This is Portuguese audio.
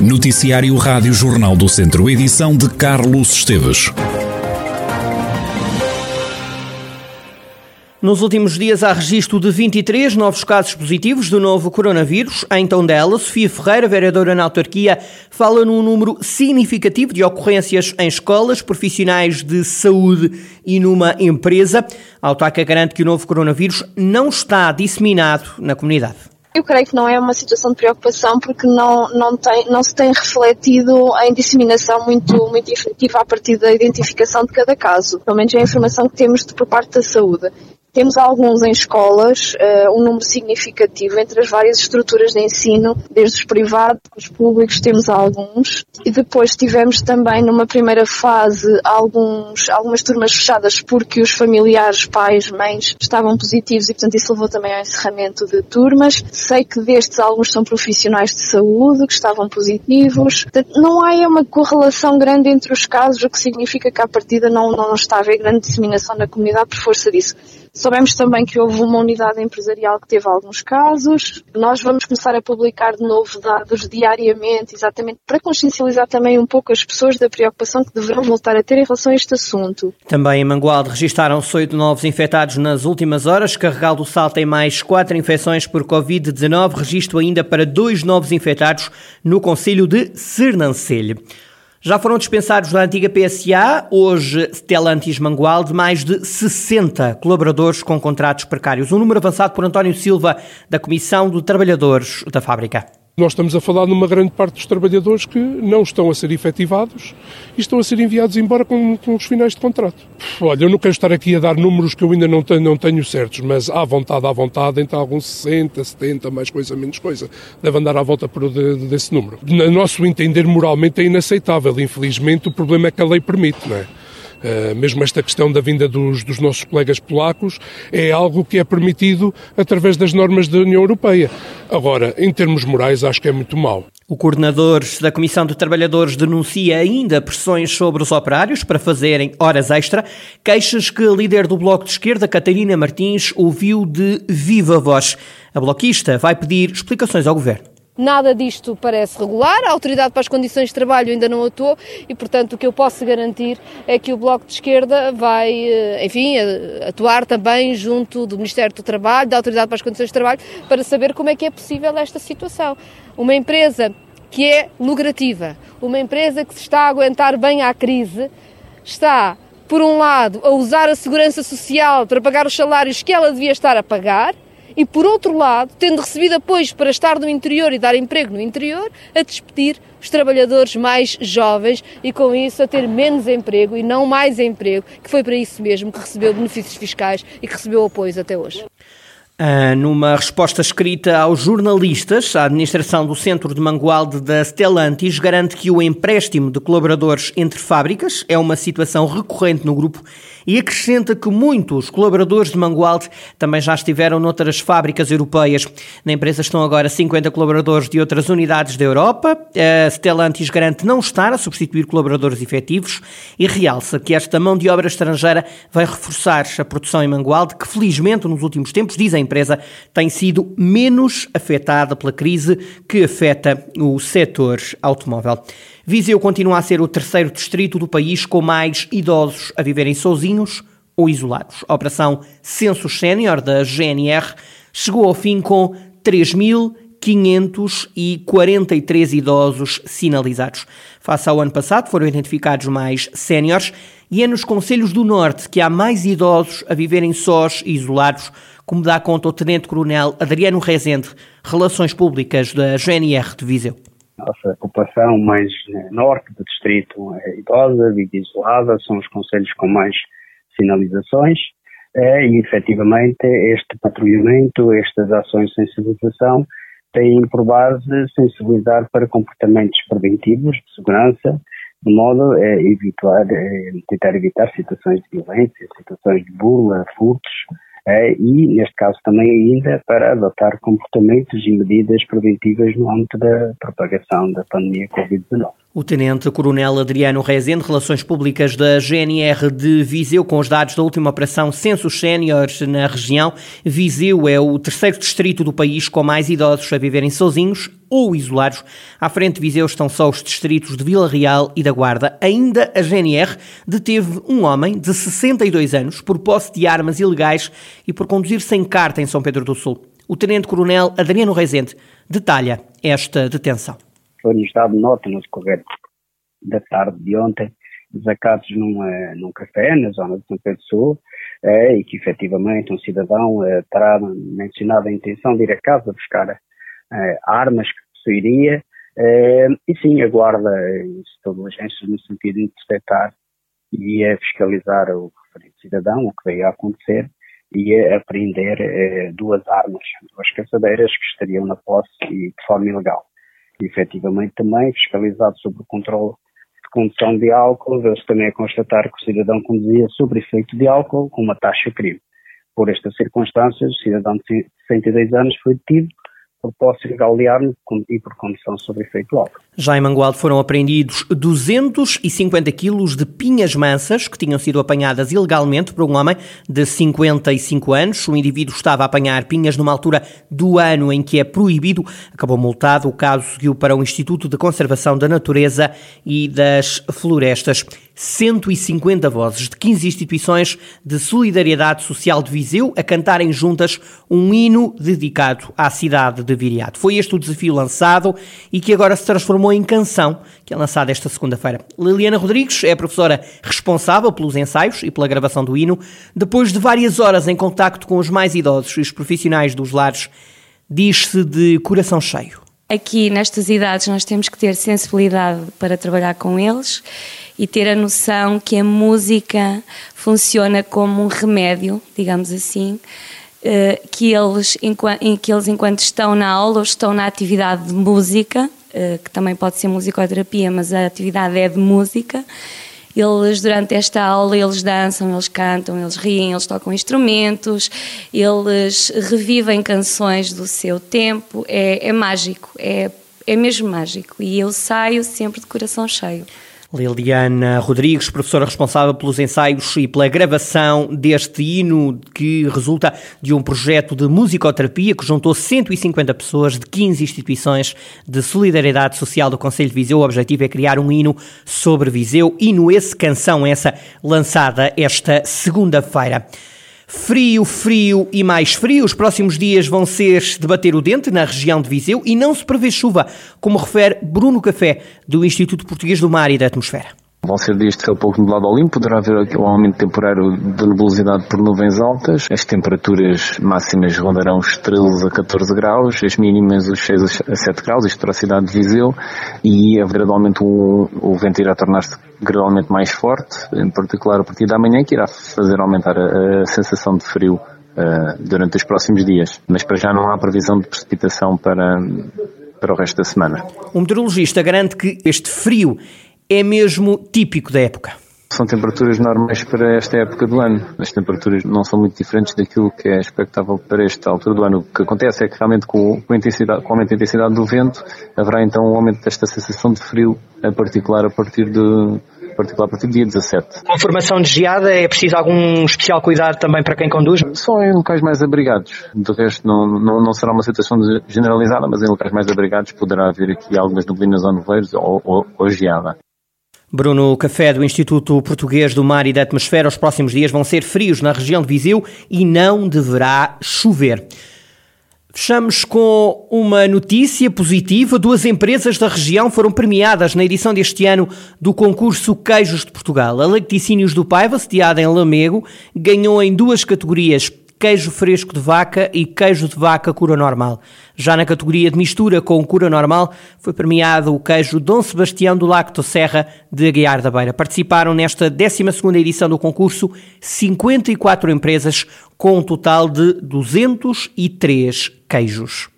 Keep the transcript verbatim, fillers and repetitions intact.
Noticiário Rádio Jornal do Centro, edição de Carlos Esteves. Nos últimos dias há registro de vinte e três novos casos positivos do novo coronavírus. Em Tondela, Sofia Ferreira, vereadora na autarquia, fala num número significativo de ocorrências em escolas, profissionais de saúde e numa empresa. A autarca garante que o novo coronavírus não está disseminado na comunidade. Eu creio que não é uma situação de preocupação porque não, não, tem, não se tem refletido em disseminação muito, muito efetiva a partir da identificação de cada caso. Pelo menos é a informação que temos de, por parte da saúde. Temos alguns em escolas, uh, um número significativo entre as várias estruturas de ensino, desde os privados, os públicos, temos alguns. E depois tivemos também, numa primeira fase, alguns, algumas turmas fechadas porque os familiares, pais, mães, estavam positivos e, portanto, isso levou também ao encerramento de turmas. Sei que destes alguns são profissionais de saúde que estavam positivos. Portanto, não há uma correlação grande entre os casos, o que significa que, à partida, não, não está a haver grande disseminação na comunidade por força disso. Soubemos também que houve uma unidade empresarial que teve alguns casos. Nós vamos começar a publicar de novo dados diariamente, exatamente para consciencializar também um pouco as pessoas da preocupação que deverão voltar a ter em relação a este assunto. Também em Mangualde registaram-se oito novos infectados nas últimas horas. Carregal do Sal tem mais quatro infecções por covid dezanove. Registro ainda para dois novos infectados no concelho de Sernancelho. Já foram dispensados da antiga P S A, hoje Stellantis Mangualde, mais de sessenta colaboradores com contratos precários. Um número avançado por António Silva, da Comissão de Trabalhadores da fábrica. Nós estamos a falar numa grande parte dos trabalhadores que não estão a ser efetivados e estão a ser enviados embora com, com os finais de contrato. Olha, eu não quero estar aqui a dar números que eu ainda não tenho, não tenho certos, mas à vontade, à vontade, entre alguns sessenta, setenta, mais coisa, menos coisa, deve andar à volta por, de, de, desse número. No nosso entender, moralmente é inaceitável. Infelizmente, o problema é que a lei permite, não é? Uh, mesmo esta questão da vinda dos, dos nossos colegas polacos é algo que é permitido através das normas da União Europeia. Agora, em termos morais, acho que é muito mau. O coordenador da Comissão de Trabalhadores denuncia ainda pressões sobre os operários para fazerem horas extra, queixas que a líder do Bloco de Esquerda, Catarina Martins, ouviu de viva voz. A bloquista vai pedir explicações ao governo. Nada disto parece regular, a Autoridade para as Condições de Trabalho ainda não atuou e, portanto, o que eu posso garantir é que o Bloco de Esquerda vai, enfim, atuar também junto do Ministério do Trabalho, da Autoridade para as Condições de Trabalho, para saber como é que é possível esta situação. Uma empresa que é lucrativa, uma empresa que se está a aguentar bem à crise, está, por um lado, a usar a segurança social para pagar os salários que ela devia estar a pagar, e, por outro lado, tendo recebido apoios para estar no interior e dar emprego no interior, a despedir os trabalhadores mais jovens e, com isso, a ter menos emprego e não mais emprego, que foi para isso mesmo que recebeu benefícios fiscais e que recebeu apoios até hoje. Ah, numa resposta escrita aos jornalistas, a administração do Centro de Mangualde da Stellantis garante que o empréstimo de colaboradores entre fábricas é uma situação recorrente no grupo e acrescenta que muitos colaboradores de Mangualde também já estiveram noutras fábricas europeias. Na empresa estão agora cinquenta colaboradores de outras unidades da Europa. A Stellantis garante não estar a substituir colaboradores efetivos e realça que esta mão de obra estrangeira vai reforçar a produção em Mangualde, que felizmente nos últimos tempos, diz a empresa, tem sido menos afetada pela crise que afeta o setor automóvel. Viseu continua a ser o terceiro distrito do país com mais idosos a viverem sozinhos ou isolados. A operação Census Sénior da G N R chegou ao fim com três mil quinhentos e quarenta e três idosos sinalizados. Face ao ano passado, foram identificados mais séniores e é nos concelhos do Norte que há mais idosos a viverem sós e isolados, como dá conta o Tenente-Coronel Adriano Rezende, Relações Públicas da G N R de Viseu. Nossa população mais norte do distrito é idosa, vive isolada, são os concelhos com mais sinalizações é, e, efetivamente, este patrulhamento, estas ações de sensibilização têm por base sensibilizar para comportamentos preventivos de segurança, de modo a evitar, a tentar evitar situações de violência, situações de burla, furtos, É, e, neste caso, também ainda para adotar comportamentos e medidas preventivas no âmbito da propagação da pandemia covid dezanove. O Tenente-Coronel Adriano Rezende, Relações Públicas da G N R de Viseu, com os dados da última operação Census Sénior na região. Viseu é o terceiro distrito do país com mais idosos a viverem sozinhos ou isolados. À frente de Viseu estão só os distritos de Vila Real e da Guarda. Ainda a G N R deteve um homem de sessenta e dois anos por posse de armas ilegais e por conduzir sem carta em São Pedro do Sul. O tenente-coronel Adriano Rezende detalha esta detenção. Foi-nos dado nota no decorrer da tarde de ontem, desacatos num, uh, num café na zona de São Pedro do Sul, uh, e que efetivamente um cidadão uh, terá mencionado a intenção de ir a casa buscar uh, armas que possuiria, uh, e sim, aguarda uh, diligências no sentido de interceptar e uh, fiscalizar o referente cidadão, o que veio a acontecer, e uh, apreender uh, duas armas, duas caçadeiras que estariam na posse e de forma ilegal. E efetivamente também fiscalizado sobre o controle de condução de álcool, veio-se também a constatar que o cidadão conduzia sob efeito de álcool com uma taxa crime. Por estas circunstâncias, o cidadão de sessenta e dois anos foi detido por posse ilegal de arma e por condução sob efeito de álcool. Já em Mangualde foram apreendidos duzentos e cinquenta quilos de pinhas mansas que tinham sido apanhadas ilegalmente por um homem de cinquenta e cinco anos. O indivíduo estava a apanhar pinhas numa altura do ano em que é proibido. Acabou multado. O caso seguiu para o Instituto de Conservação da Natureza e das Florestas. cento e cinquenta vozes de quinze instituições de solidariedade social de Viseu a cantarem juntas um hino dedicado à cidade de Viriato. Foi este o desafio lançado e que agora se transformou em canção, que é lançada esta segunda-feira. Liliana Rodrigues é a professora responsável pelos ensaios e pela gravação do hino. Depois de várias horas em contacto com os mais idosos e os profissionais dos lares, diz-se de coração cheio. Aqui nestas idades nós temos que ter sensibilidade para trabalhar com eles e ter a noção que a música funciona como um remédio, digamos assim, que eles, que eles enquanto estão na aula ou estão na atividade de música, que também pode ser musicoterapia, mas a atividade é de música, eles durante esta aula eles dançam, eles cantam, eles riem, eles tocam instrumentos, eles revivem canções do seu tempo, é, é mágico, é, é mesmo mágico e eu saio sempre de coração cheio. Liliana Rodrigues, professora responsável pelos ensaios e pela gravação deste hino que resulta de um projeto de musicoterapia que juntou cento e cinquenta pessoas de quinze instituições de solidariedade social do Concelho de Viseu. O objetivo é criar um hino sobre Viseu, hino esse, canção essa, lançada esta segunda-feira. Frio, frio e mais frio. Os próximos dias vão ser de bater o dente na região de Viseu e não se prevê chuva, como refere Bruno Café, do Instituto Português do Mar e da Atmosfera. Vão ser dias de céu pouco nublado ao limpo, poderá haver aqui um aumento temporário de nebulosidade por nuvens altas. As temperaturas máximas rondarão os treze a catorze graus, as mínimas os seis a sete graus, isto para a cidade de Viseu, e gradualmente o, o vento irá tornar-se gradualmente mais forte, em particular a partir da manhã, que irá fazer aumentar a, a sensação de frio uh, durante os próximos dias. Mas para já não há previsão de precipitação para, para o resto da semana. O meteorologista garante que este frio é mesmo típico da época. São temperaturas normais para esta época do ano. As temperaturas não são muito diferentes daquilo que é expectável para esta altura do ano. O que acontece é que realmente com, com, a intensidade, com o aumento da intensidade do vento haverá então um aumento desta sensação de frio, em particular a partir de, em particular a partir do dia dezassete. Com formação de geada é preciso algum especial cuidado também para quem conduz? Só em locais mais abrigados. De resto não, não, não será uma situação generalizada, mas em locais mais abrigados poderá haver aqui algumas neblinas ou nevoeiros ou, ou, ou geada. Bruno Café, do Instituto Português do Mar e da Atmosfera. Os próximos dias vão ser frios na região de Viseu e não deverá chover. Fechamos com uma notícia positiva. Duas empresas da região foram premiadas na edição deste ano do concurso Queijos de Portugal. A Lacticínios do Paiva, sediada em Lamego, ganhou em duas categorias: queijo fresco de vaca e queijo de vaca cura normal. Já na categoria de mistura com cura normal, foi premiado o queijo Dom Sebastião do Lacto Serra de Aguiar da Beira. Participaram nesta décima segunda edição do concurso cinquenta e quatro empresas, com um total de duzentos e três queijos.